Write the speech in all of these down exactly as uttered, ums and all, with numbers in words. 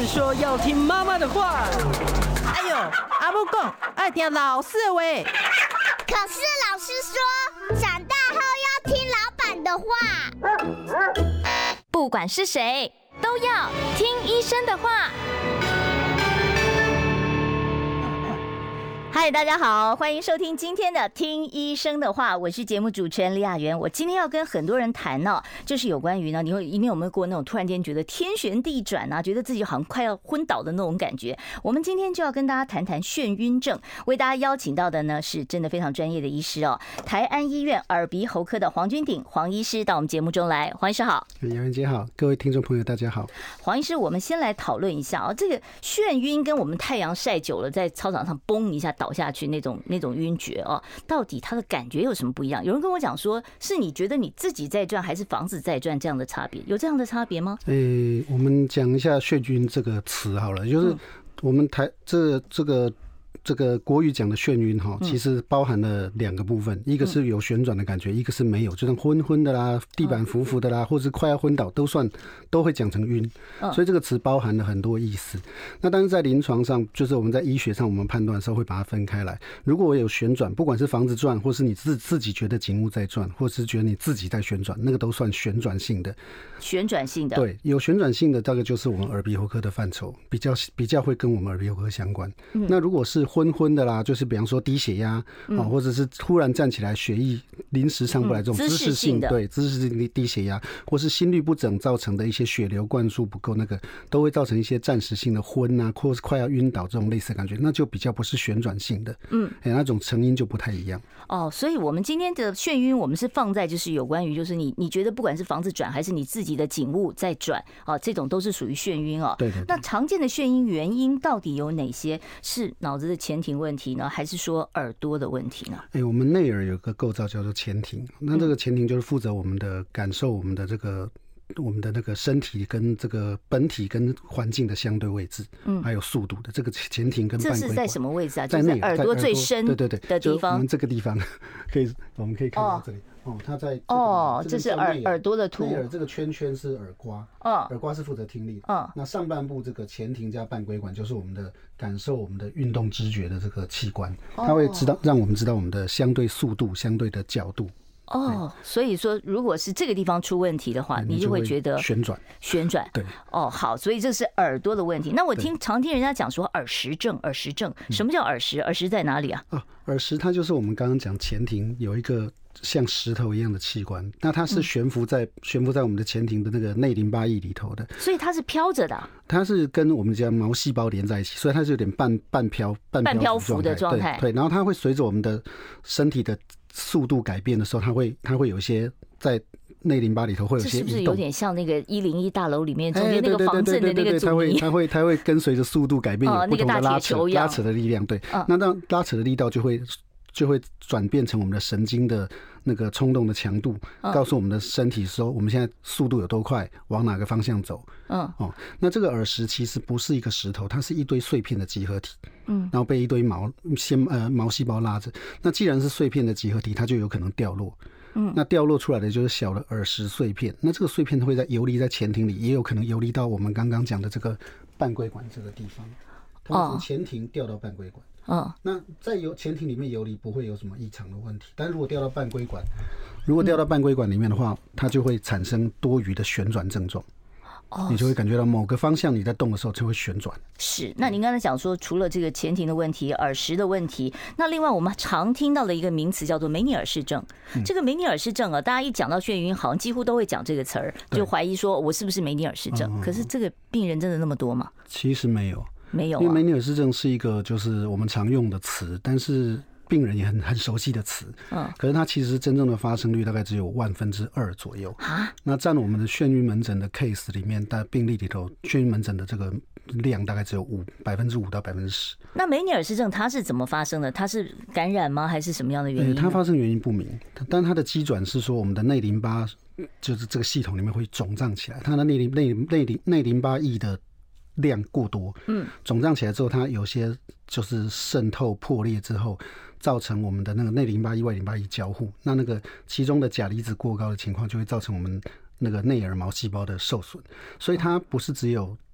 说要听妈妈的话。 哎呦，阿母讲爱听老师的话。 可是老师说，长大后要听老板的话。 不管是谁，都要听医生的话。嗨，大家好，欢迎收听今天的听医生的话，我是节目主持人李雅媛。我今天要跟很多人谈呢、哦，就是有关于呢，你会你有没有过那种突然间觉得天旋地转啊，觉得自己好像快要昏倒的那种感觉？我们今天就要跟大家谈谈眩晕症，为大家邀请到的呢是真的非常专业的医师哦，台安医院耳鼻喉科的黄君鼎黄医师到我们节目中来，黄医师好。 雅媛姐好，各位听众朋友大家好。 黄医师，我们先来讨论一下哦，这个眩晕跟我们太阳晒久了，在操场上嘣一下倒下去那种那种晕厥哦，到底它的感觉有什么不一样？有人跟我讲说，是你觉得你自己在转，还是房子在转这样的差别？有这样的差别吗？ 诶、欸，我们讲一下眩晕这个词好了，就是我们台这这个。这个国语讲的眩晕哈，其实包含了两个部分，一个是有旋转的感觉，一个是没有，就像昏昏的啦、地板浮浮的啦，或是快要昏倒，都算都会讲成晕。所以这个词包含了很多意思。那但是在临床上，就是我们在医学上我们判断的时候会把它分开来。如果我有旋转，不管是房子转，或是你自自己觉得景物在转，或是觉得你自己在旋转，那个都算旋转性的。 旋转性的， 对，有旋转性的大概就是我们耳鼻喉科的范畴，比较比较会跟我们耳鼻喉科相关。嗯、那如果是昏昏的啦，就是比方说低血压、嗯、或者是突然站起来血液临时上不来这种姿势性的，对，姿势性低血压，或是心律不整造成的一些血流灌输不够，那个都会造成一些暂时性的昏啊，或是快要晕倒这种类似的感觉，那就比较不是旋转性的，嗯，欸、那种成因就不太一样。 哦，所以我们今天的眩晕，我们是放在就是有关于就是你你觉得不管是房子转还是你自己的景物在转啊，这种都是属于眩晕哦。 对对对。 那常见的眩晕原因到底有哪些？是脑子的前庭问题呢，还是说耳朵的问题呢？ 哎、欸，我们内耳有个构造叫做前庭，那这个前庭就是负责我们的感受，我们的这个。我们的那个身体跟这个本体跟环境的相对位置，嗯，还有速度的这个前庭跟半规管， 这是在什么位置啊？在内耳朵最深对对对的地方。 我们这个地方可以，我们可以看到这里哦，哦它在哦，这是耳耳朵的图。 内耳这个圈圈是耳瓜，哦，耳瓜是负责听力的，哦，那上半部这个前庭加半规管就是我们的感受我们的运动知觉的这个器官，它会知道让我们知道我们的相对速度、相对的角度。 哦，所以说，如果是这个地方出问题的话，你就会觉得旋转， 旋转。 对， 哦，好，所以这是耳朵的问题。那我听常听人家讲说耳石症，耳石症，什么叫耳石？耳石在哪里啊？ 啊，耳石它就是我们刚刚讲前庭有一个像石头一样的器官，那它是悬浮在、嗯、悬浮在我们的前庭的那个内淋巴液里头的， 所以它是飘着的、啊。 它是跟我们讲毛细胞连在一起，所以它是有点半半漂半漂浮的状态。 对，然后它会随着我们的身体的速度改变的时候，它会它会有一些在内淋巴里头会有些移动， 这是不是有点像那个一零一大楼里面中间那个防震的那个阻尼？ 它会它会跟随着速度改变有不同的拉扯、拉扯的力量。对，那当拉扯的力道就会就会转变成我们的神经的那个冲动的强度，告诉我们的身体说我们现在速度有多快，往哪个方向走。嗯，哦，那这个耳石其实不是一个石头，它是一堆碎片的集合体。嗯，然后被一堆毛纤呃毛细胞拉着。那既然是碎片的集合体，它就有可能掉落。嗯，那掉落出来的就是小的耳石碎片。那这个碎片会在游离在前庭里，也有可能游离到我们刚刚讲的这个半规管这个地方。它从前庭掉到半规管。嗯，那在游前庭里面游离不会有什么异常的问题，但如果掉到半规管，如果掉到半规管里面的话，它就会产生多余的旋转症状。哦，你就会感觉到某个方向你在动的时候就会旋转。 是，那您刚才讲说，除了这个前庭的问题、耳石的问题，那另外我们常听到的一个名词叫做梅尼尔氏症。嗯、这个梅尼尔氏症啊，大家一讲到眩晕，好像几乎都会讲这个词儿，就怀疑说我是不是梅尼尔氏症。嗯、可是这个病人真的那么多吗？ 其实没有， 没有、啊， 因为梅尼尔氏症是一个就是我们常用的词，但是病人也很很熟悉的词，嗯，可是它其实真正的发生率大概只有万分之二左右啊。那占我们的眩晕门诊的 case 里面，在病例里头，眩晕门诊的这个量大概只有五百分之五到百分之十。 那梅尼尔氏症它是怎么发生的？它是感染吗？还是什么样的原因？ 它发生原因不明，但它的机转是说我们的内淋巴就是这个系统里面会肿胀起来，它的内淋内内淋内淋巴液的量过多，嗯，肿胀起来之后，它有些就是渗透破裂之后，造成我们的那个内淋巴液外淋巴液交互，那那个其中的钾离子过高的情况，就会造成我们那个内耳毛细胞的受损，所以它不是只有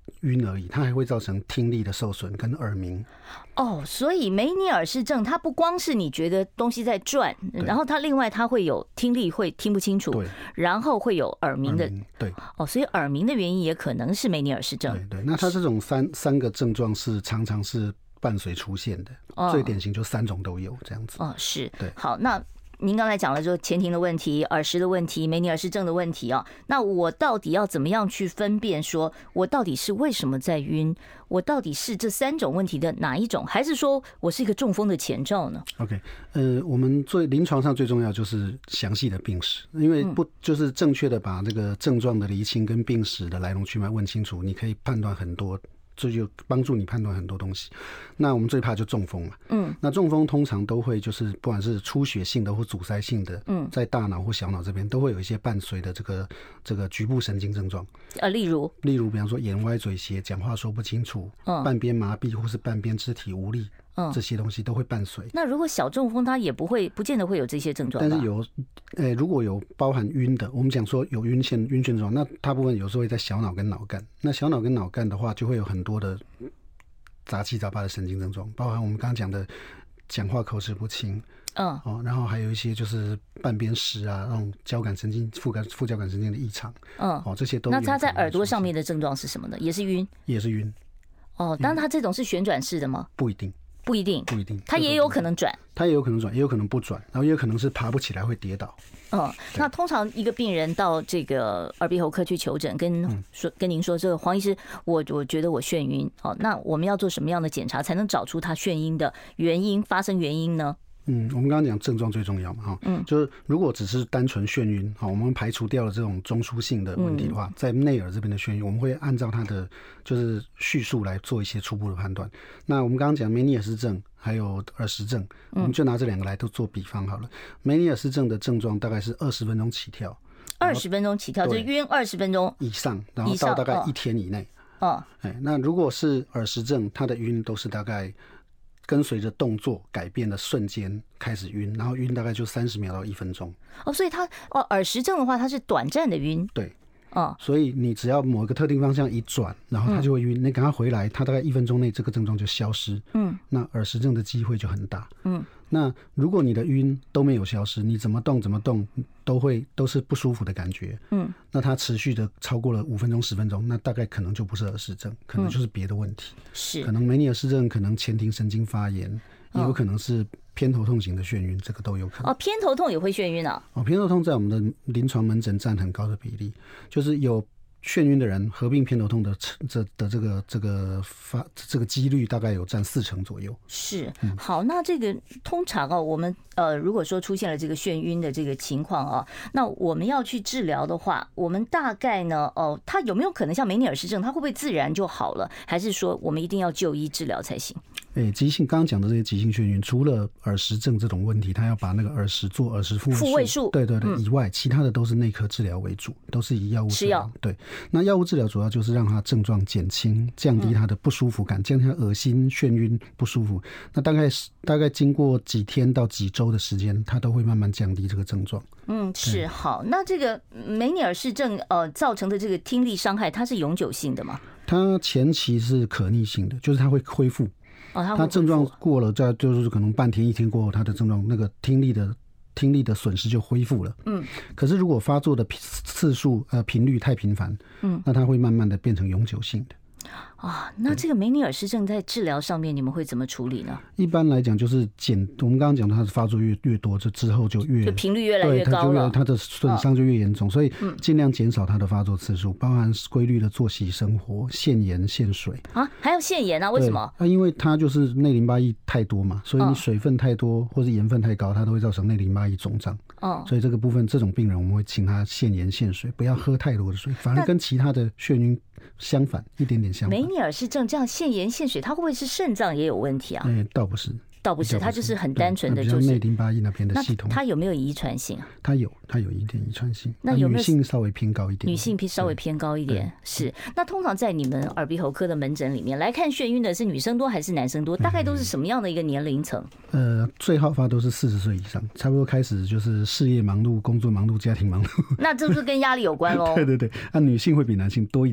晕而已，它还会造成听力的受损跟耳鸣。 哦，所以梅尼尔氏症它不光是你觉得东西在转，然后它另外它会有听力会听不清楚， 对， 然后会有耳鸣的， 对， 哦，所以耳鸣的原因也可能是梅尼尔氏症。 对对，那它这种三三个症状是常常是伴随出现的，哦、最典型就三种都有这样子。 哦，是， 对， 好，那。您刚才讲了，就前庭的问题、耳石的问题、梅尼尔氏症的问题啊。那我到底要怎么样去分辨？说我到底是为什么在晕？我到底是这三种问题的哪一种？还是说我是一个中风的前兆呢 ？OK， 呃，我们最临床上最重要就是详细的病史，因为不就是正确的把这个症状的厘清跟病史的来龙去脉问清楚，你可以判断很多。这就帮助你判断很多东西。那我们最怕就中风嘛，嗯，那中风通常都会就是不管是出血性的或阻塞性的，嗯，在大脑或小脑这边都会有一些伴随的这个这个局部神经症状， 呃，例如例如比方说眼歪嘴斜、讲话说不清楚、嗯、半边麻痹或是半边肢体无力。嗯，这些东西都会伴随。 那如果小中风，它也不会，不见得会有这些症状。 但是有，呃，如果有包含晕的，我们讲说有晕眩、晕眩状，那大部分有时候会在小脑跟脑干。那小脑跟脑干的话，就会有很多的杂七杂八的神经症状，包含我们刚刚讲的讲话口齿不清，嗯，哦，然后还有一些就是半边失啊，那种交感神经、副感、副交感神经的异常，嗯，哦，这些都有。 那它在耳朵上面的症状是什么呢？也是晕， 也是晕。 哦，但它这种是旋转式的吗？ 不一定。 不一定， 不一定， 它也有可能转， 它也有可能转，也有可能不转，然后也有可能是爬不起来会跌倒。 嗯，那通常一个病人到这个耳鼻喉科去求诊，跟说跟您说，这个黄医师，我我觉得我眩晕，哦，那我们要做什么样的检查才能找出他眩晕的原因、发生原因呢？ 嗯，我们刚刚讲症状最重要嘛，哈，嗯，就是如果只是单纯眩晕，好，我们排除掉了这种中枢性的问题的话，在内耳这边的眩晕，我们会按照它的就是叙述来做一些初步的判断。那我们刚刚讲梅尼尔氏症还有耳石症，我们就拿这两个来都做比方好了。梅尼尔氏症的症状大概是二十分钟起跳， 二十分钟起跳，就晕二十分钟以上，然后到大概一天以内。哦，哎，那如果是耳石症，它的晕都是大概。跟随着动作改变的瞬间开始晕，然后晕大概就三十秒到一分钟。 哦，所以它哦耳石症的话，它是短暂的晕。 对，哦，所以你只要某一个特定方向一转，然后它就会晕。嗯、你赶快回来，它大概一分钟内这个症状就消失。嗯，那耳石症的机会就很大。嗯，那如果你的晕都没有消失，你怎么动怎么动都会都是不舒服的感觉。嗯，那它持续的超过了五分钟十分钟，那大概可能就不是耳石症，可能就是别的问题。嗯、是，可能梅尼尔氏症，可能前庭神经发炎，也有可能是偏头痛型的眩晕，这个都有可能。 哦，偏头痛也会眩晕啊？ 哦，偏头痛在我们的临床门诊占很高的比例，就是有。眩晕的人合并偏头痛的这的这个这个发这个几率大概有占四成左右。 是，好，那这个通常哦，我们呃如果说出现了这个眩晕的这个情况啊，那我们要去治疗的话，我们大概呢哦，它有没有可能像梅尼尔氏症，它会不会自然就好了？还是说我们一定要就医治疗才行？ 哎，急性刚刚讲的这些急性眩晕，除了耳石症这种问题，他要把那个耳石做耳石复复位术， 对对对，以外，其他的都是内科治疗为主，都是以药物治疗。对，那药物治疗主要就是让他症状减轻，降低他的不舒服感，降低他恶心、眩晕、不舒服。那大概大概经过几天到几周的时间，他都会慢慢降低这个症状。 嗯，是好。那这个梅尼尔氏症呃造成的这个听力伤害，它是永久性的吗？ 它前期是可逆性的，就是它会恢复。 哦， 他症状过了，再就是可能半天一天过后，他的症状那个听力的听力的损失就恢复了。嗯，可是如果发作的次数呃频率太频繁，嗯，那它会慢慢的变成永久性的。 啊，那这个梅尼尔氏症在治疗上面你们会怎么处理呢？ 一般来讲就是减，我们刚刚讲的它的发作越越多，这之后就越就频率越来越高了， 它的损伤就越严重，哦、所以尽量减少它的发作次数，包含规律的作息生活、限盐限水啊，还有限盐啊？为什么？ 啊，因为它就是内淋巴液太多嘛，所以你水分太多或是盐分太高，它都会造成内淋巴液肿胀。哦，所以这个部分这种病人我们会请他限盐限水，不要喝太多的水，反而跟其他的眩晕相反，一点点相反。 梅尼尔氏症这样限盐限水，它会不会是肾脏也有问题啊？ 哎，倒不是。 倒不是，它就是很单纯的，就是内淋巴液那边的系统。 它有没有遗传性啊？ 它有，它有一点遗传性。 那有没有女性稍微偏高一点？ 女性稍微偏高一点是。那通常在你们耳鼻喉科的门诊里面来看眩晕的是女生多还是男生多？大概都是什么样的一个年龄层？ 呃，最好发都是四十岁以上，差不多开始就是事业忙碌、工作忙碌、家庭忙碌。 那这不是跟压力有关喽？ 对对对，那、啊、女性会比男性多一点点。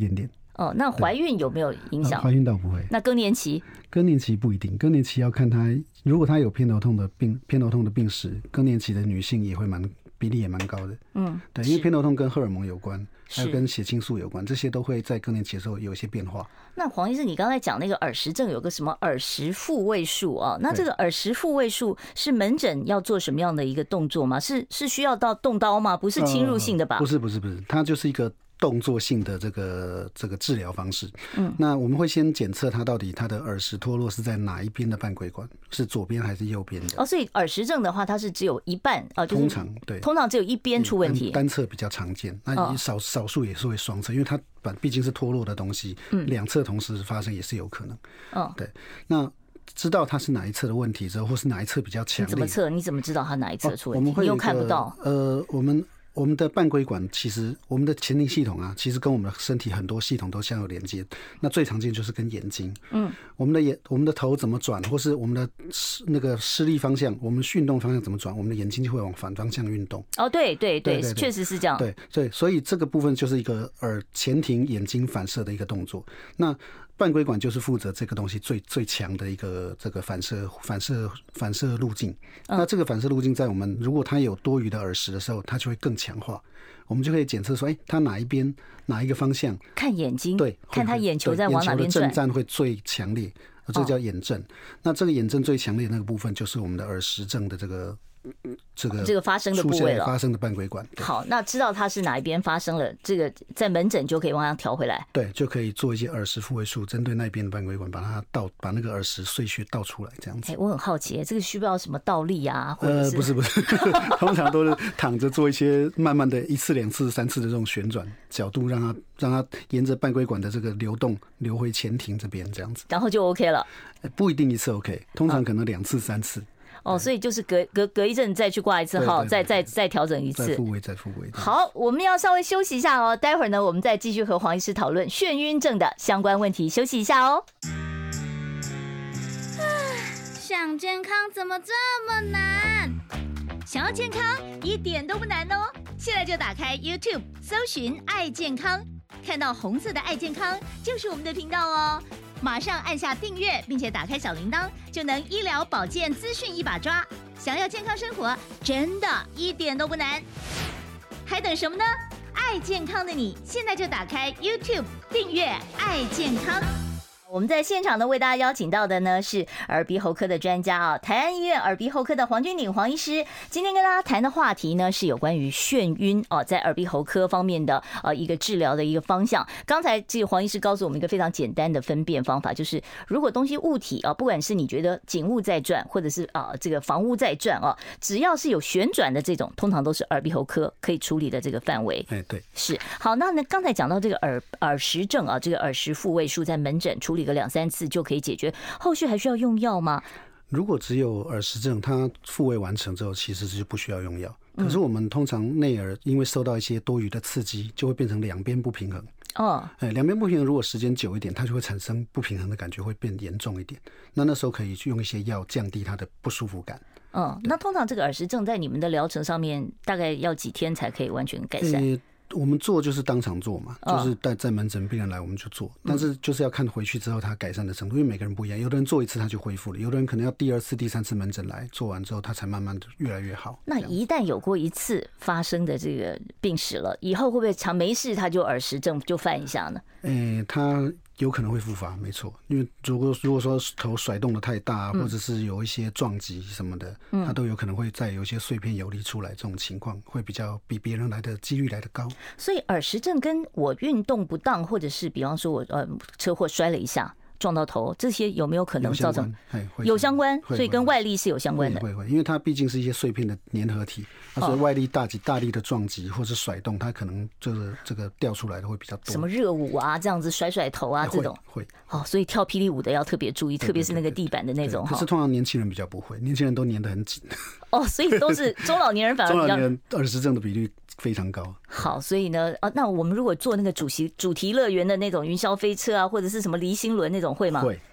哦，那怀孕有没有影响？ 怀孕倒不会。 那更年期？ 更年期不一定，更年期要看她，如果她有偏头痛的病，偏头痛的病史，更年期的女性也会蛮比例也蛮高的。嗯，对，因为偏头痛跟荷尔蒙有关，还有跟血清素有关，这些都会在更年期的时候有一些变化。 那黄医师，你刚才讲那个耳石症有个什么耳石复位术啊？那这个耳石复位术是门诊要做什么样的一个动作吗？是是需要到动刀吗？不是侵入性的吧？ 呃、不是不是不是，它就是一个动作性的这个这个治疗方式。嗯，那我们会先检测它到底它的耳石脱落是在哪一边的半规管，是左边还是右边的？ 哦，所以耳石症的话，它是只有一半啊、呃，就是通常对， 通常只有一边出问题， 单侧比较常见。那少少数也是会双侧，因为它毕竟是脱落的东西，嗯，两侧同时发生也是有可能。嗯，对。那知道它是哪一侧的问题之后，或是哪一侧比较强烈， 你怎么测？你怎么知道它哪一侧出问题？ 哦、我们会你又看不到。 呃，我们。我们的半规管其实，我们的前庭系统啊，其实跟我们的身体很多系统都相有连接。那最常见就是跟眼睛，嗯，我们的眼，我们的头怎么转，或是我们的那个施力方向，我们运动方向怎么转，我们的眼睛就会往反方向运动。 哦，对对对，确实是这样。 对对，所以这个部分就是一个耳前庭眼睛反射的一个动作。那半规管就是负责这个东西最最强的一个这个反射反射反射路径。那这个反射路径在我们如果它有多余的耳石的时候，它就会更强化。我们就可以检测说，哎、欸，它哪一边哪一个方向？ 看眼睛， 对， 看它眼球在往哪边转， 眼球的震颤会最强烈，这个叫眼震。哦、那这个眼震最强烈的那个部分，就是我们的耳石症的这个。这个这个发生的部位了， 发生的半规管。 好，那知道它是哪一边发生了，这个在门诊就可以往上调回来。 对，就可以做一些耳石复位术，针对那边的半规管，把它倒，把那个耳石碎屑倒出来，这样子。 哎、欸，我很好奇，这个需不需要什么倒立啊？或者是呃，不是不是，通常都是躺着做一些慢慢的一次、两次、三次的这种旋转角度，让它让它沿着半规管的这个流动流回前庭这边，这样子， 然后就 OK 了。 不一定一次 OK， 通常可能两次、三次。 哦，所以就是隔隔隔一阵再去挂一次号，再再再调整一次， 再复位再复位。 好，我们要稍微休息一下哦，待会儿呢，我们再继续和黄医师讨论眩晕症的相关问题。休息一下哦。 想健康怎么这么难？ 想要健康一点都不难哦，现在就打开 YouTube 搜寻爱健康，看到红色的爱健康就是我们的频道哦。马上按下订阅，并且打开小铃铛，就能医疗保健资讯一把抓。想要健康生活，真的一点都不难，还等什么呢？爱健康的你，现在就打开 YouTube 订阅爱健康。我们在现场呢，为大家邀请到的呢是耳鼻喉科的专家啊，台安医院耳鼻喉科的黄君鼎黄医师。今天跟大家谈的话题呢是有关于眩晕哦，在耳鼻喉科方面的呃一个治疗的一个方向。刚才这个黄医师告诉我们一个非常简单的分辨方法，就是如果东西物体啊，不管是你觉得景物在转，或者是啊这个房屋在转啊，只要是有旋转的这种，通常都是耳鼻喉科可以处理的这个范围。 哎，对， 是好。那呢，刚才讲到这个耳耳石症啊，这个耳石复位术在门诊处理个两三次就可以解决，后续还需要用药吗？ 如果只有耳石症，它复位完成之后，其实是不需要用药。可是我们通常内耳因为受到一些多余的刺激，就会变成两边不平衡。哦，哎，两边不平衡，如果时间久一点，它就会产生不平衡的感觉，会变严重一点。那那时候可以用一些药降低它的不舒服感。 嗯，那通常这个耳石症在你们的疗程上面，大概要几天才可以完全改善？ 欸我们做就是当场做嘛，就是在在门诊病人来我们就做，但是就是要看回去之后他改善的程度，因为每个人不一样，有的人做一次他就恢复了，有的人可能要第二次、第三次门诊来做完之后，他才慢慢的越来越好。 那一旦有过一次发生的这个病史了，以后会不会常没事他就耳石症就犯一下呢？ 诶，他有可能会复发，没错，因为如果如果说头甩动的太大，或者是有一些撞击什么的，嗯，它都有可能会再有一些碎片游离出来，这种情况会比较比别人来的几率来的高。 所以耳石症跟我运动不当，或者是比方说我呃车祸摔了一下撞到头，这些有没有可能造成有相关？所以跟外力是有相关的。 会会，因为它毕竟是一些碎片的粘合体，所以外力大击大力的撞击或是甩动，它可能这个这个掉出来的会比较多。 什么热舞啊，这样子甩甩头啊，这种会哦，所以跳霹雳舞的要特别注意，特别是那个地板的那种。 可是通常年轻人比较不会，年轻人都粘得很紧。 哦，所以都是中老年人反而比较。 中老年人耳石症的比率非常高。 好，所以呢，啊，那我们如果做那个主席主题乐园的那种云霄飞车啊，或者是什么离心轮那种，会吗？ 会。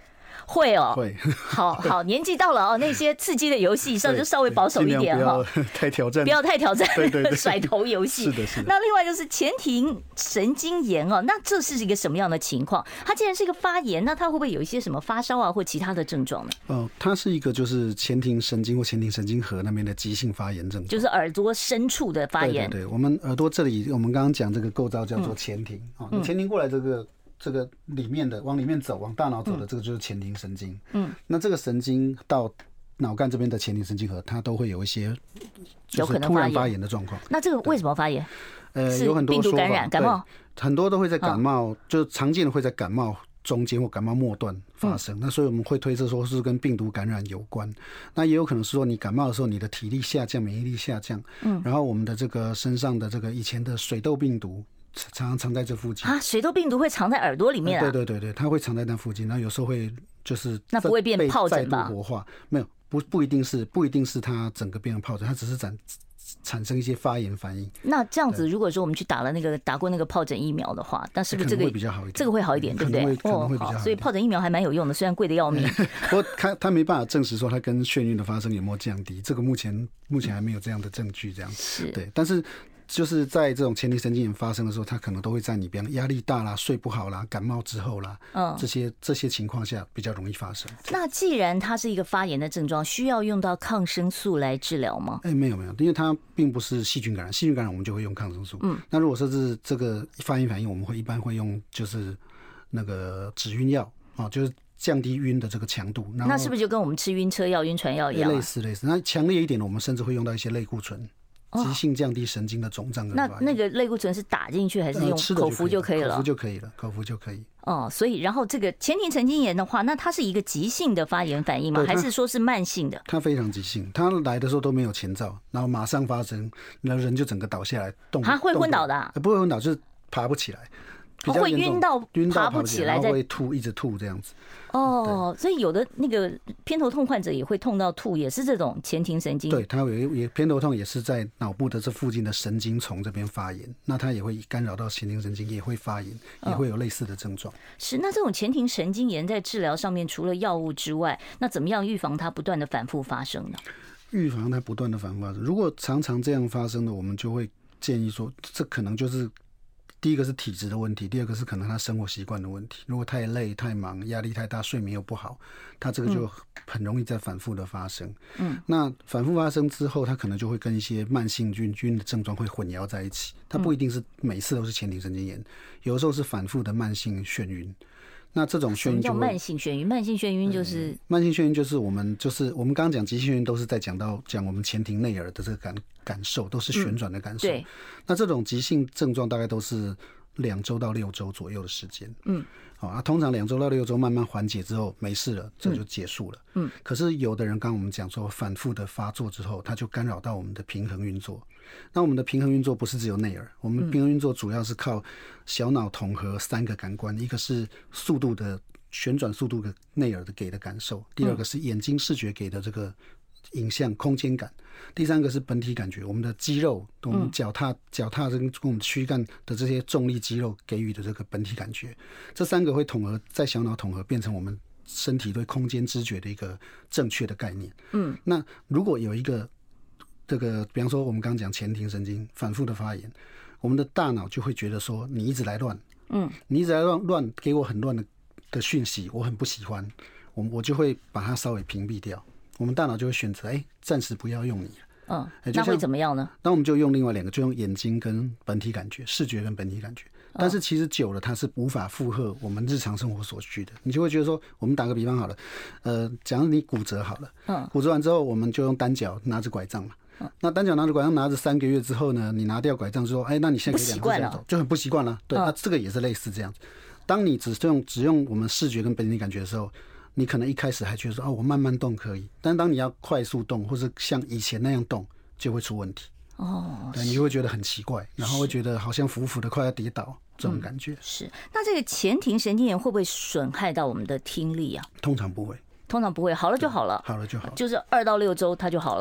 会哦， 会。 好好，年纪到了哦，那些刺激的游戏稍就稍微保守一点哈， 不要太挑战， 不要太挑战， 对对对， 甩头游戏。 是的，是的。 那另外就是前庭神经炎哦，那这是一个什么样的情况？它既然是一个发炎，那它会不会有一些什么发烧啊或其他的症状呢？ 哦，它是一个就是前庭神经或前庭神经核那边的急性发炎症状， 就是耳朵深处的发炎。 对对对，我们耳朵这里，我们刚刚讲这个构造叫做前庭啊，嗯、前庭过来这个。这个里面的往里面走，往大脑走的这个就是前庭神经。嗯，那这个神经到脑干这边的前庭神经核，它都会有一些就是突然发炎的状况。 那这个为什么发炎？ 呃，有很多说法， 病毒感染、感冒， 很多都会在感冒，哦、就常见的会在感冒中间或感冒末段发生。嗯、那所以我们会推测说是跟病毒感染有关。那也有可能是说你感冒的时候，你的体力下降，免疫力下降。嗯，然后我们的这个身上的这个以前的水痘病毒。常常藏在这附近啊，水痘病毒会藏在耳朵里面啊？ 对对对对，它会藏在那附近，然后有时候会就是那不会变疱疹吧？ 再度活化没有，不不一定是不一定是它整个变成疱疹，它只是产产生一些发炎反应。 那这样子，如果说我们去打了那个打过那个疱疹疫苗的话，那是不是这个会比较好一点？ 这个会好一点，对不对？ 可能会比较好。 所以疱疹疫苗还蛮有用的，虽然贵的要命。 不过它它没办法证实说它跟眩晕的发生有没有降低，这个目前目前还没有这样的证据，这样是对，但是。就是在这种前庭神经炎发生的时候，它可能都会在你比方压力大啦、睡不好啦、感冒之后啦，嗯，这些这些情况下比较容易发生。 那既然它是一个发炎的症状，需要用到抗生素来治疗吗？ 哎、欸，没有没有，因为它并不是细菌感染，细菌感染我们就会用抗生素。嗯，那如果说是这个发炎反应，我们会一般会用就是那个止晕药啊，就是降低晕的这个强度。 那是不是就跟我们吃晕车药、晕船药一样、啊？ 类似类似。那强烈一点的，我们甚至会用到一些类固醇。急性降低神经的肿胀。 那那个类固醇是打进去还是用口服就可以了？ 口服就可以了，口服就可以。 哦，所以然后这个前庭神经炎的话，那它是一个急性的发炎反应吗？还是说是慢性的？ 它非常急性，它来的时候都没有前兆，然后马上发生，那人就整个倒下来，动它会昏倒的、啊？ 不会昏倒，就是爬不起来。 会晕到爬不起来， 然后会吐，一直吐这样子。 哦，所以有的那个偏头痛患者也会痛到吐，也是这种前庭神经。 对，他有也偏头痛也是在脑部的这附近的神经丛这边发炎，那它也会干扰到前庭神经，也会发炎，也会有类似的症状。 哦、是，那这种前庭神经炎在治疗上面，除了药物之外，那怎么样预防它不断的反复发生呢？ 预防它不断的反复发生，如果常常这样发生的，我们就会建议说，这可能就是。第一个是体质的问题，第二个是可能他生活习惯的问题。如果太累、太忙、压力太大、睡眠又不好，他这个就很容易在反复的发生。嗯，那反复发生之后，他可能就会跟一些慢性晕晕的症状会混淆在一起。它不一定是每次都是前庭神经炎，有的时候是反复的慢性眩晕。那这种眩晕就会慢性眩晕，慢性眩晕就是、嗯、 慢性眩晕就是我们就是我们刚刚讲急性眩晕都是在讲到讲我们前庭内耳的这个感感受，都是旋转的感受、嗯。对，那这种急性症状大概都是两周到六周左右的时间。嗯，好啊，通常两周到六周慢慢缓解之后没事了，这就结束了。嗯，可是有的人刚刚我们讲说反复的发作之后，它就干扰到我们的平衡运作。那我们的平衡运作不是只有内耳，我们平衡运作主要是靠小脑统合三个感官，一个是速度的旋转速度的内耳的给的感受，第二个是眼睛视觉给的这个影像空间感，第三个是本体感觉，我们的肌肉，我们脚踏脚踏跟我们躯干的这些重力肌肉给予的这个本体感觉，这三个会统合在小脑统合变成我们身体对空间知觉的一个正确的概念。嗯，那如果有一个这个，比方说我们刚刚讲前庭神经反复的发炎，我们的大脑就会觉得说你一直来乱，嗯，你一直来乱乱给我很乱的的讯息，我很不喜欢，我我就会把它稍微屏蔽掉。我们大脑就会选择，哎，暂时不要用你了。 嗯，那会怎么样呢？ 那我们就用另外两个，就用眼睛跟本体感觉，视觉跟本体感觉。但是其实久了，它是无法负荷我们日常生活所需的。你就会觉得说，我们打个比方好了，呃，假如你骨折好了，嗯，骨折完之后，我们就用单脚拿着拐杖嘛。嗯、那单脚拿着拐杖拿着三个月之后呢，你拿掉拐杖之后，哎，那你现在可以两只脚走，就很不习惯了。对，那、嗯啊、这个也是类似这样子。当你只用只用我们视觉跟本体感觉的时候，你可能一开始还觉得说，哦，我慢慢动可以，但当你要快速动或是像以前那样动，就会出问题。哦，对，你就会觉得很奇怪，然后会觉得好像浮浮的快要跌倒这种感觉。嗯、 是，那这个前庭神经炎会不会损害到我们的听力啊？ 通常不会。 通常不会，好了就好了， 好了就好， 就是二到六周它就好了。 对，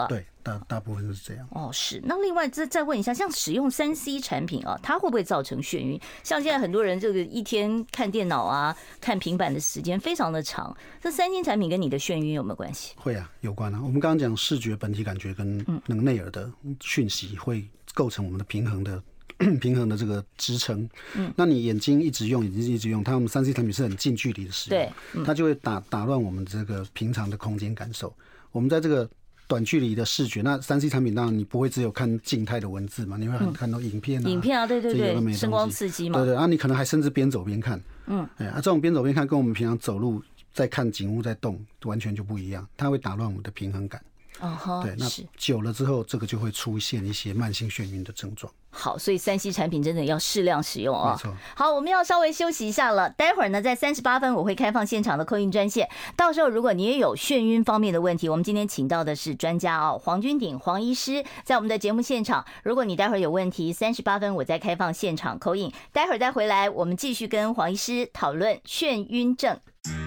大大部分是这样。 哦，是。那另外再再问一下，像使用三 C 产品啊，它会不会造成眩晕？像现在很多人这个一天看电脑啊、看平板的时间非常的长，这三 C 产品跟你的眩晕有没有关系？ 会啊，有关啊。我们刚刚讲视觉本体感觉跟那个内耳的讯息会构成我们的平衡的。平衡的这个支撑，嗯，那你眼睛一直用，眼睛一直用，它们三 C 产品是很近距离的使用，对，嗯、它就会打打乱我们这个平常的空间感受。我们在这个短距离的视觉，那三 C 产品当然你不会只有看静态的文字嘛，你会很看到影片啊， 影片啊，对对对，声光刺激嘛， 对对，啊，你可能还甚至边走边看，嗯，哎，啊，这种边走边看跟我们平常走路在看景物在动完全就不一样，它会打乱我们的平衡感。 哦， 对，那久了之后，这个就会出现一些慢性眩晕的症状。 好，所以三 C 产品真的要适量使用哦。 没错。 好，我们要稍微休息一下了。待会儿呢，在三十八分我会开放现场的call in专线，到时候如果你也有眩晕方面的问题，我们今天请到的是专家哦，黄君鼎黄医师，在我们的节目现场。如果你待会儿有问题，三十八分我再开放现场call in，待会儿再回来，我们继续跟黄医师讨论眩晕症。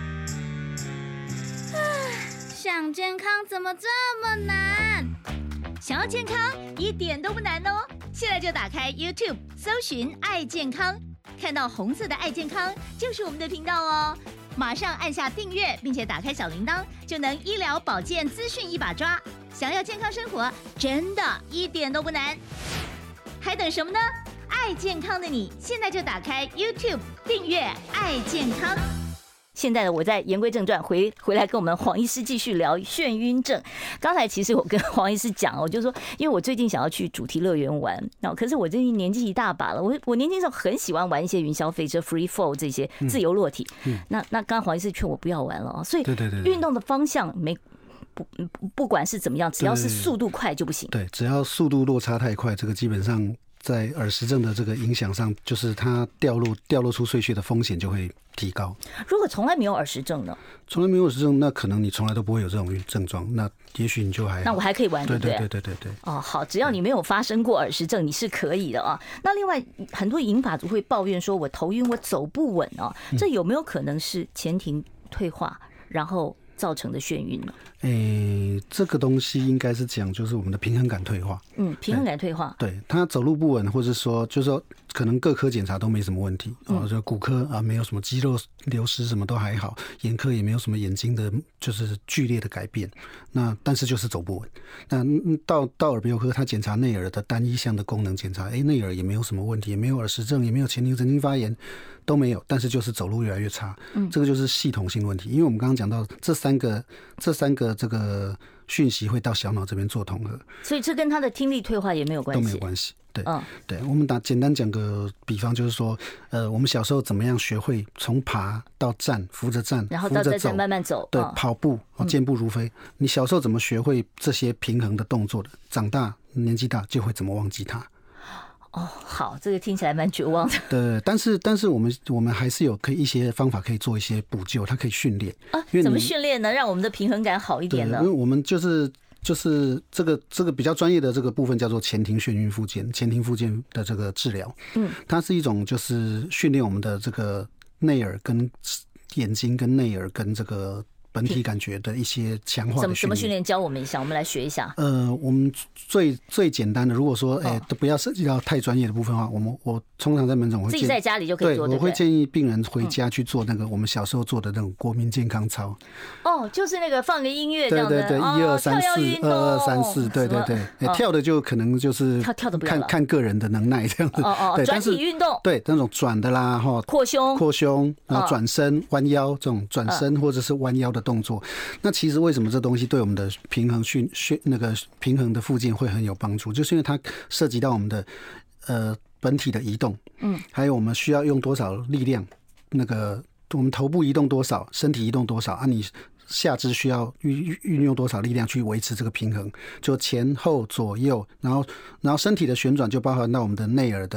想健康怎么这么难？ 想要健康一点都不难哦！现在就打开 YouTube 搜寻爱健康，看到红色的爱健康就是我们的频道哦。马上按下订阅，并且打开小铃铛，就能医疗保健资讯一把抓。想要健康生活，真的一点都不难，还等什么呢？爱健康的你，现在就打开 YouTube 订阅爱健康。现在的我在言归正传，回回来跟我们黄医师继续聊眩晕症。刚才其实我跟黄医师讲，我就说，因为我最近想要去主题乐园玩，然后可是我最近年纪一大把了，我我年轻时候很喜欢玩一些云霄飞车、free fall 这些自由落体。嗯嗯、那那刚刚黄医师劝我不要玩了，所以运动的方向没。不不管是怎么样，只要是速度快就不行。 对，只要速度落差太快，这个基本上在耳石症的这个影响上，就是它掉落掉落出碎屑的风险就会提高。 如果从来没有耳石症呢？ 从来没有耳石症，那可能你从来都不会有这种症状，那也许你就还好， 那我还可以玩，对不对？ 对对对对对。 哦，好，只要你没有发生过耳石症，你是可以的啊。那另外很多银发族会抱怨说，我头晕，我走不稳啊，这有没有可能是前庭退化，然后造成的眩晕呢？ 诶，这个东西应该是讲就是我们的平衡感退化。 嗯，平衡感退化。 对，他走路不稳，或者说就是说可能各科检查都没什么问题，哦，就骨科啊没有什么肌肉流失，什么都还好，眼科也没有什么眼睛的就是剧烈的改变。那但是就是走不稳。那到到耳鼻喉科，他检查内耳的单一项的功能检查，哎，内耳也没有什么问题，也没有耳石症，也没有前庭神经发炎，都没有，但是就是走路越来越差。嗯，这个就是系统性问题，因为我们刚刚讲到这三个这三个这个讯息会到小脑这边做统合， 所以这跟他的听力退化也没有关系， 都没有关系。对，嗯，对，我们打简单讲个比方，就是说，呃，我们小时候怎么样学会从爬到站，扶着站， 然后到站慢慢走， 对，跑步，健步如飞。嗯、你小时候怎么学会这些平衡的动作的？长大年纪大就会怎么忘记它。 哦，好，这个听起来蛮绝望的。 对，但是但是我们我们还是有可以一些方法可以做一些补救，它可以训练啊。怎么训练呢？让我们的平衡感好一点呢？ 因为我们就是就是这个这个比较专业的这个部分叫做前庭眩晕复健，前庭复健的这个治疗，嗯，它是一种就是训练我们的这个内耳跟眼睛跟内耳跟这个本体感觉的一些强化的训练。怎么怎么训练？教我们一下，我们来学一下。 呃，我们最最简单的，如果说哎、欸、都不要涉及到太专业的部分的话，我们我通常在门诊我会自己在家里就可以做， 对，我会建议病人回家去做那个我们小时候做的那种国民健康操。 哦，就是那个放个音乐这样的， 对对对，一二三四，二二三四，对对对，欸、跳的就可能就是跳跳的看看个人的能耐这样子。 哦哦，转体运动， 对，那种转的啦，哈， 扩胸， 扩胸，然后转身、弯腰这种转身或者是弯腰的动作。那其实为什么这东西对我们的平衡训训那个平衡的复健会很有帮助，就是因为它涉及到我们的呃本体的移动，嗯，还有我们需要用多少力量，那个我们头部移动多少，身体移动多少啊，你下肢需要运运用多少力量去维持这个平衡，就前后左右，然后然后身体的旋转就包含到我们的内耳的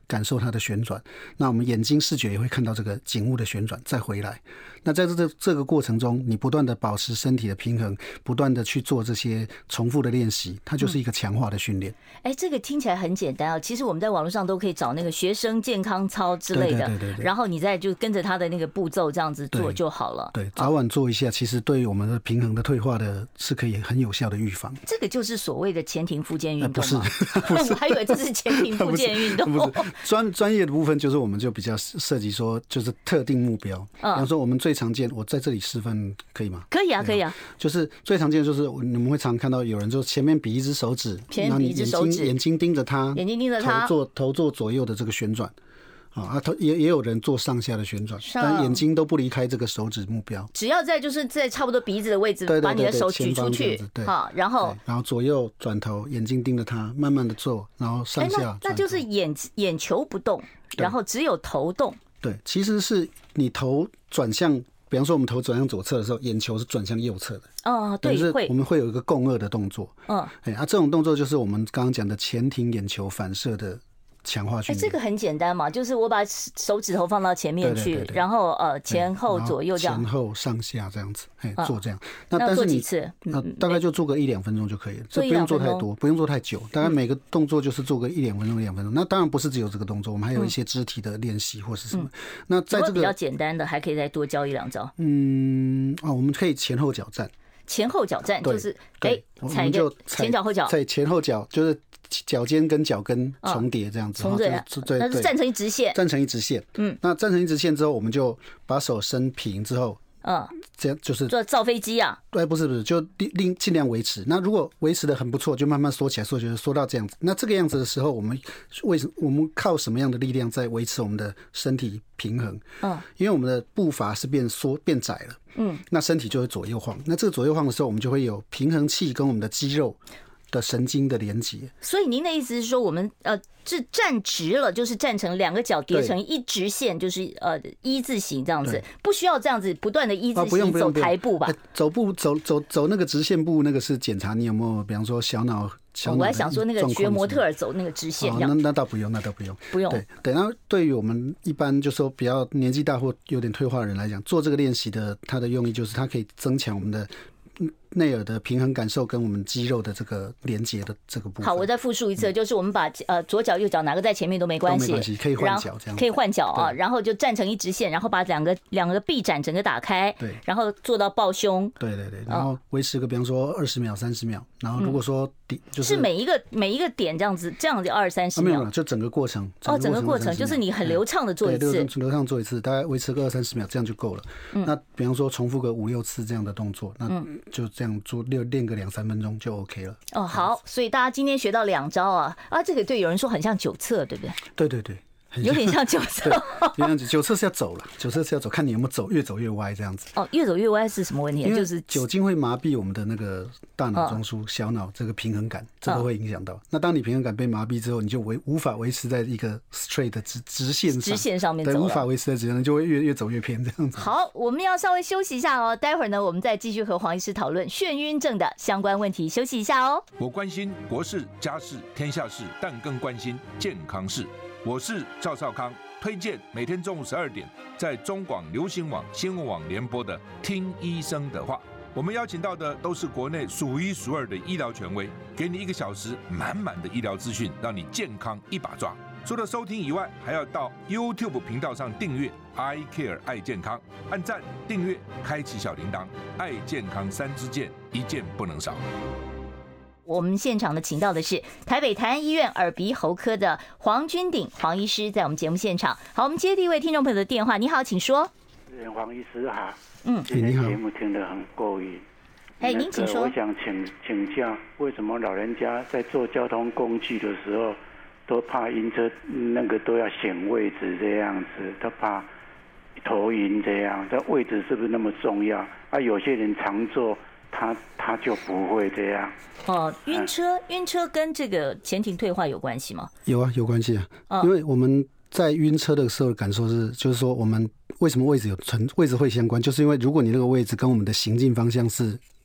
感受它的旋转，那我们眼睛视觉也会看到这个景物的旋转再回来。那在这这个过程中，你不断的保持身体的平衡，不断的去做这些重复的练习，它就是一个强化的训练。 哎、嗯，这个听起来很简单啊，其实我们在网络上都可以找那个学生健康操之类的，对对对对，然后你再就跟着他的那个步骤这样子做就好了。 对，对，早晚做一下，其实对于我们的平衡的退化的是可以很有效的预防。 这个就是所谓的前庭复健运动吗？ 呃、不是， 我还以为这是前庭复健运动。 不是，专专业的部分就是我们就比较涉及说，就是特定目标。嗯，比方说我们最常见，我在这里示范可以吗？ 可以啊，可以啊。就是最常见的就是你们会常看到有人就前面比一只手指， 前面比一只手指， 眼睛盯着它， 眼睛盯着它， 头做头做左右的这个旋转。啊，也也有人做上下的旋转，但眼睛都不离开这个手指目标。 只要在就是在差不多鼻子的位置， 对对对对， 把你的手举出去，好，然后然后左右转头，眼睛盯着它，慢慢的做，然后上下。 那, 那就是眼眼球不动，然后只有头动。 对，其实是你头转向，比方说我们头转向左侧的时候，眼球是转向右侧的。 哦，对，会， 我们会有一个共軛的动作。嗯，哎，啊，这种动作就是我们刚刚讲的前庭眼球反射的强化训练。 哎，这个很简单嘛，就是我把手指头放到前面去，对对对对，然后呃前后左右这样， 前后上下这样子，哎， 啊， 做这样。 那但是你做几次？ 那大概就做个一两分钟就可以了，这不用做太多，不用做太久，大概每个动作就是做个一两分钟、一两分钟。那当然不是只有这个动作，我们还有一些肢体的练习或是什么。嗯，那在这个比较简单的，还可以再多教一两招。 嗯，哦，我们可以前后脚站。 前后脚站就是哎，踩一个前脚后脚， 在前后脚就是脚尖跟脚跟重叠这样子， 重叠，那是站成一直线， 站成一直线。嗯，那站成一直线之后，我们就把手伸平之后，嗯，这样就是做造飞机啊？ 对，不是不是，就尽尽量维持。那如果维持的很不错，就慢慢缩起来，缩起来，缩到这样子。那这个样子的时候，我们为什我们靠什么样的力量在维持我们的身体平衡？嗯，因为我们的步伐是变缩变窄了。嗯，那身体就会左右晃。那这个左右晃的时候，我们就会有平衡器跟我们的肌肉的神经的连接。 所以您的意思是说，我们呃是站直了，就是站成两个脚叠成一直线，就是呃一字形这样子，不需要这样子不断的一字形走台步吧？ 走步走走走那个直线步，那个是检查你有没有，比方说小脑。 哦，我还想说那个学模特儿走那个直线， 哦，那那倒不用，那倒不用， 不用。 对对，那对于我们一般就说比较年纪大或有点退化的人来讲，做这个练习的，它的用意就是它可以增强我们的内耳的平衡感受跟我们肌肉的这个连接的这个部分。 好，我再复述一次，嗯，就是我们把呃左脚右脚哪个在前面都没关系， 都没关系，可以换脚这样， 可以换脚啊，然后就站成一直线，然后把两个两个臂展整个打开，对，然后做到抱胸， 对对对，然后维持个比方说二十秒、三十秒，然后如果说底就是、 是每一个每一个点这样子，这样子二三十秒， 啊，没有，就整个过程哦，整个过程就是你很流畅的做一次， 对，流畅做一次，大概维持个二三十秒，这样就够了。嗯，那比方说重复个五六次这样的动作，那就这样做六练个两三分钟就 OK 了。 哦，好，所以大家今天学到两招啊啊，这个对有人说很像九侧，对不对？ 对对对。 有点像九侧， 这样子九侧是要走了，九侧是要走，看你有没有走，越走越歪这样子。 哦，越走越歪是什么问题？就是酒精会麻痹我们的那个大脑中枢、哦、小脑这个平衡感，这个会影响到。哦、那当你平衡感被麻痹之后，你就维无法维持在一个 straight 的直直线上， 直线上面走了， 对，无法维持在直线上，就会越越走越偏这样子。 好，我们要稍微休息一下哦，待会儿呢，我们再继续和黄医师讨论眩晕症的相关问题。休息一下哦。 我关心国事、家事、天下事，但更关心健康事。我是赵少康。推荐每天中午十二点在中广流行网、新闻网联播的《听医生的话》。我们邀请到的都是国内数一数二的医疗权威，给你一个小时满满的医疗资讯，让你健康一把抓。除了收听以外，还要到 YouTube 频道上订阅 I Care 爱健康，按赞、订阅、开启小铃铛，爱健康三支箭，一件不能少。 我们现场的请到的是台北台安医院耳鼻喉科的黄君鼎黄医师，在我们节目现场。好，我们接第一位听众朋友的电话。你好，请说。 黄医师好， 嗯， 今天节目听得很过瘾。 哎，您请说。 我想请请教，为什么老人家在坐交通工具的时候，都怕晕车，那个都要选位置这样子，都怕头晕这样，这位置是不是那么重要？啊，有些人常坐。他他就不会这样哦。晕车，晕车跟这个前庭退化有关系吗？ 有啊，有关系啊。哦、因为我们在晕车的时候的感受是，就是说我们为什么位置有存位置会相关，就是因为如果你那个位置跟我们的行进方向是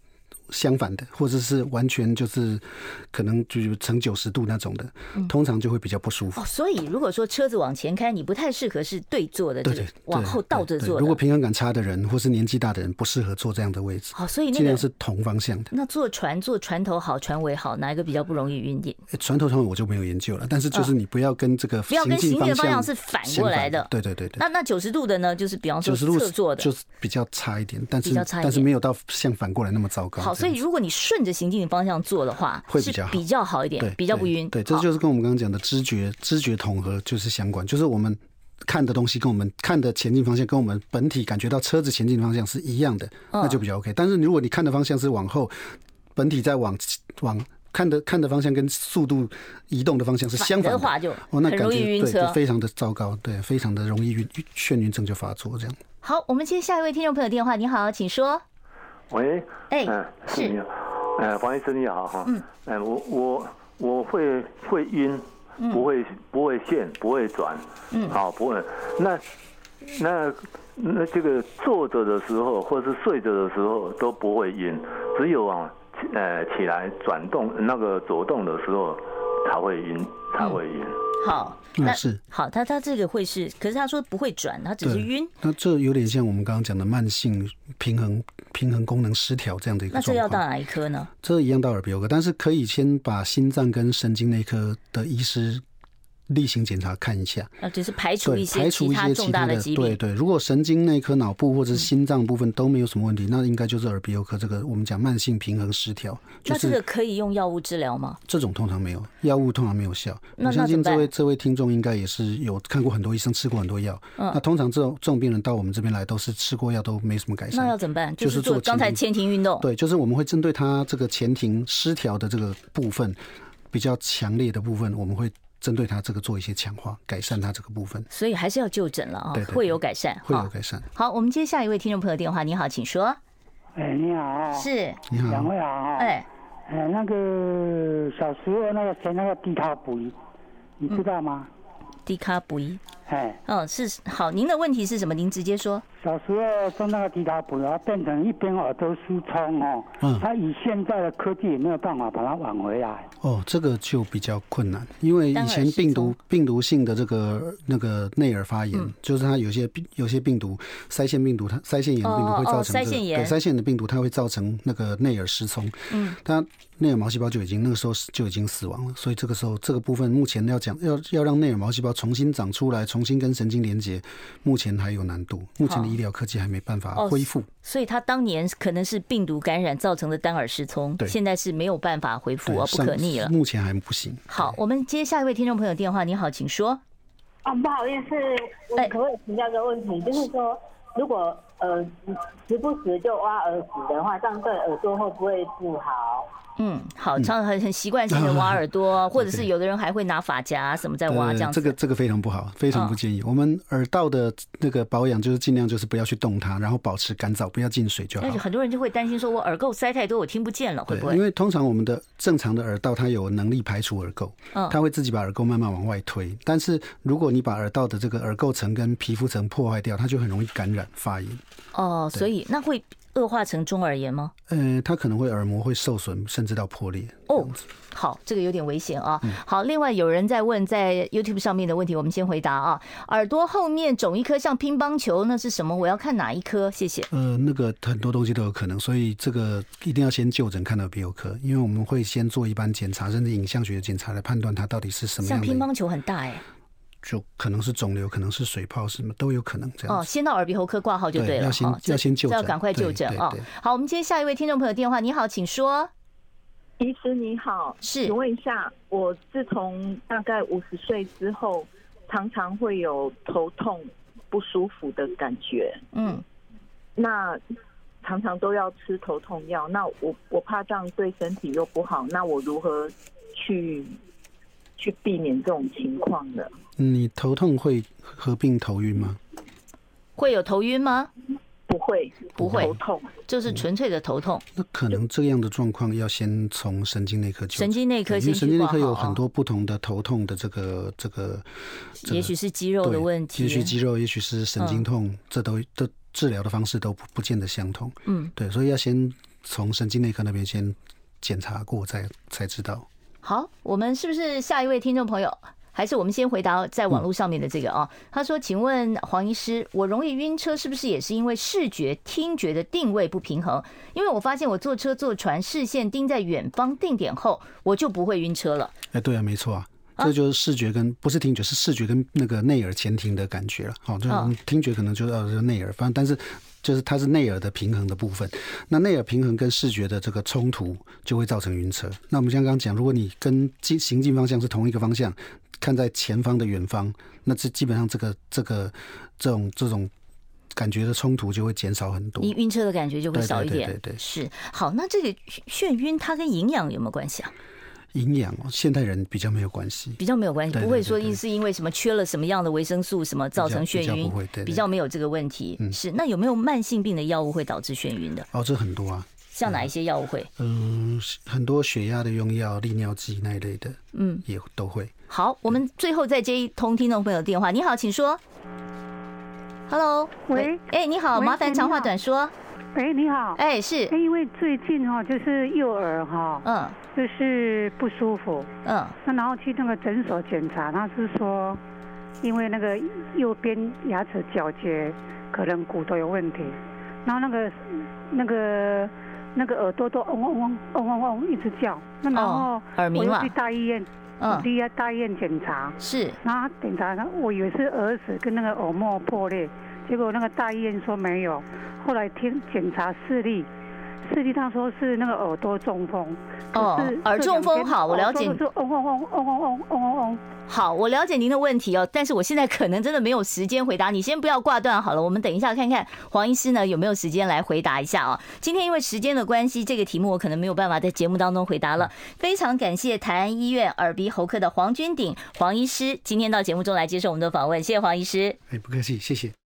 相反的，或者是完全就是可能就是呈九十度那种的，通常就会比较不舒服。 哦，所以如果说车子往前开，你不太适合是对坐的，对对，往后倒着坐的。 如果平衡感差的人或是年纪大的人，不适合坐这样的位置。 好，所以那个尽量是同方向的。 那坐船坐船头好，船尾好，哪一个比较不容易晕点？ 船头船尾我就没有研究了，但是就是你不要跟这个不要跟行进方向是反过来的。 对对对对。 那那九十度的呢？就是比方说侧坐的， 就是比较差一点，但是但是没有到像反过来那么糟糕。 好，所以如果你顺着行进的方向做的话， 会比较好， 比较好一点，比较不晕。 对，这就是跟我们刚刚讲的知觉知觉统合就是相关，就是我们看的东西跟我们看的前进方向跟我们本体感觉到车子前进的方向是一样的，那就比较 OK。但是如果你看的方向是往后，本体在往往看的看的方向跟速度移动的方向是相反的话，就哦，那感觉很容易晕车， 对，就非常的糟糕，对，非常的容易晕眩晕症就发作这样。 好，我们接下一位听众朋友电话，你好，请说。 喂， 哎、 欸， 是你好，呃，黄医生你好哈， 嗯， 呃，我我我会会晕，不会不会陷，不会转，嗯，好，不会，那那那这个坐着的时候或是睡着的时候都不会晕，只有啊，呃，起来转动那个走动的时候才会晕，才会晕。 嗯好， 那是好，他他这个会是，可是他说不会转，他只是晕。 那这有点像我们刚刚讲的慢性平衡平衡功能失调这样的一个状况。 那这要到哪一科呢？ 这一样到耳鼻喉科，但是可以先把心脏跟神经内科的医师例行检查看一下， 啊，就是排除一些其他重大的疾病。 对对，如果神经内科、脑部或者是心脏部分都没有什么问题，那应该就是耳鼻喉科这个我们讲慢性平衡失调。 那这个可以用药物治疗吗？ 这种通常没有，药物通常没有效。我相信这位这位听众应该也是有看过很多医生，吃过很多药。嗯，那通常这种这种病人到我们这边来都是吃过药都没什么改善。 那要怎么办？就是做刚才前庭运动。 对，就是我们会针对他这个前庭失调的这个部分比较强烈的部分，我们会针对他这个做一些强化，改善他这个部分。 所以还是要就诊了啊，会有改善， 会有改善。 好，我们接下一位听众朋友电话，你好，请说。 哎，你好， 是， 你好， 两位好， 哎， 哎，那个小时候那个谁那个低卡补，你知道吗？ 低卡补一， 哎， 哦，是好，您的问题是什么？您直接说。 小时候做那个低卡补，然后变成一边耳朵疏冲哦，嗯，他以现在的科技也没有办法把它挽回来。 哦，这个就比较困难，因为以前病毒病毒性的这个那个内耳发炎，嗯、就是它有些有些病毒，腮腺病毒，它腮腺炎的病毒会造成、这个、 腮腺炎， 对腮腺炎的病毒，它会造成那个内耳失聪，嗯，它内耳毛细胞就已经那个时候就已经死亡了，所以这个时候这个部分目前要讲要要让内耳毛细胞重新长出来，重新跟神经连接，目前还有难度，目前的医疗科技还没办法恢复。哦， 所以它当年可能是病毒感染造成的单耳失聪，现在是没有办法恢复，而不可逆了。 目前还不行。 好，我们接下一位听众朋友电话。你好，请说。 啊，不好意思，我可不可以请教一个问题？欸、就是说，如果呃时不时就挖耳屎的话，这样对耳朵会不会不好？ 嗯，好，常很很习惯性的挖耳朵，嗯、或者是有的人还会拿发夹什么在挖这样子。 这个这个非常不好，非常不建议。嗯、我们耳道的那个保养就是尽量就是不要去动它，然后保持干燥，不要进水就好。 很多人就会担心说，我耳垢塞太多，我听不见了，会不会？ 因为通常我们的正常的耳道它有能力排除耳垢，嗯、它会自己把耳垢慢慢往外推。但是如果你把耳道的这个耳垢层跟皮肤层破坏掉，它就很容易感染发炎。 哦，所以那会恶化成中耳炎吗？ 呃，它可能会耳膜会受损，甚至到破裂。 哦，好，这个有点危险啊。嗯、好，另外有人在问在 YouTube 上面的问题，我们先回答啊。耳朵后面肿一颗像乒乓球，那是什么？我要看哪一颗？谢谢。 呃，那个很多东西都有可能，所以这个一定要先就诊看耳鼻喉科，因为我们会先做一般检查，甚至影像学的检查来判断它到底是什么样的。 像乒乓球很大哎、欸。 就可能是肿瘤，可能是水泡，什么都有可能这样。 哦，先到耳鼻喉科挂号就对了。 要先、哦、要先就诊， 要赶快就诊啊、哦！好，我们接下一位听众朋友电话，你好，请说。 医师你好， 是， 请问一下，我自从大概五十岁之后，常常会有头痛不舒服的感觉。嗯，那常常都要吃头痛药，那我我怕这样对身体又不好，那我如何去？去避免这种情况的。 你头痛会合并头晕吗？ 会有头晕吗？ 不会， 不会， 头痛就是纯粹的头痛。 那可能这样的状况要先从神经内科就神经内科先， 因为神经内科有很多不同的头痛的这个这个， 也许是肌肉的问题， 也许肌肉，也许是神经痛，嗯、这都都治疗的方式都不不见得相同。嗯，对，所以要先从神经内科那边先检查过才才知道。 好，我们是不是下一位听众朋友？还是我们先回答在网络上面的这个啊？他说：“请问黄医师，我容易晕车是不是也是因为视觉、听觉的定位不平衡？因为我发现我坐车、坐船，视线盯在远方定点后，我就不会晕车了。” 哎，对啊，没错啊。这就是视觉跟不是听觉，是视觉跟那个内耳前庭的感觉了。好，就听觉可能就是呃内耳，反正但是就是它是内耳的平衡的部分。那内耳平衡跟视觉的这个冲突就会造成晕车。那我们像刚刚讲，如果你跟行进方向是同一个方向，看在前方的远方，那这基本上这个这个这种这种感觉的冲突就会减少很多， 你晕车的感觉就会少一点。 对对对对， 是。好，那这个眩晕它跟营养有没有关系啊？ 营养哦，现代人比较没有关系， 比较没有关系，不会说是因为什么缺了什么样的维生素什么造成眩晕， 比 较, 对对比较没有这个问题。嗯，是。那有没有慢性病的药物会导致眩晕的？ 哦，这很多啊。 像哪一些药物会？ 嗯，很多血压的用药、利尿剂那一类的，嗯，也都会。 好，我们最后再接一通听众朋友的电话。你好，请说。Hello， 喂， 哎、欸，你好，麻烦长话短说。 哎，你好， 哎、欸，是， 因为最近哈，就是右耳哈，嗯，就是不舒服，嗯，那然后去那个诊所检查，他是说，因为那个右边牙齿角节可能骨头有问题，然后那个那个那个耳朵都嗡嗡嗡嗡嗡嗡一直叫，那然后耳鸣嘛， 我又去大医院，嗯，第一大医院检查， 是， 然后检查，我以为是耳屎跟那个耳膜破裂。结果那个大医院说没有，后来听检查视力，视力他说是那个耳朵中风。 哦，耳中风好，我了解。 是嗡嗡嗡嗡嗡嗡嗡嗡嗡。 好，我了解您的问题哦，但是我现在可能真的没有时间回答，你先不要挂断好了，我们等一下看看黄医师呢有没有时间来回答一下啊。今天因为时间的关系，这个题目我可能没有办法在节目当中回答了。非常感谢台安医院耳鼻喉科的黄君鼎黄医师今天到节目中来接受我们的访问，谢谢黄医师。 哎，不客气，谢谢。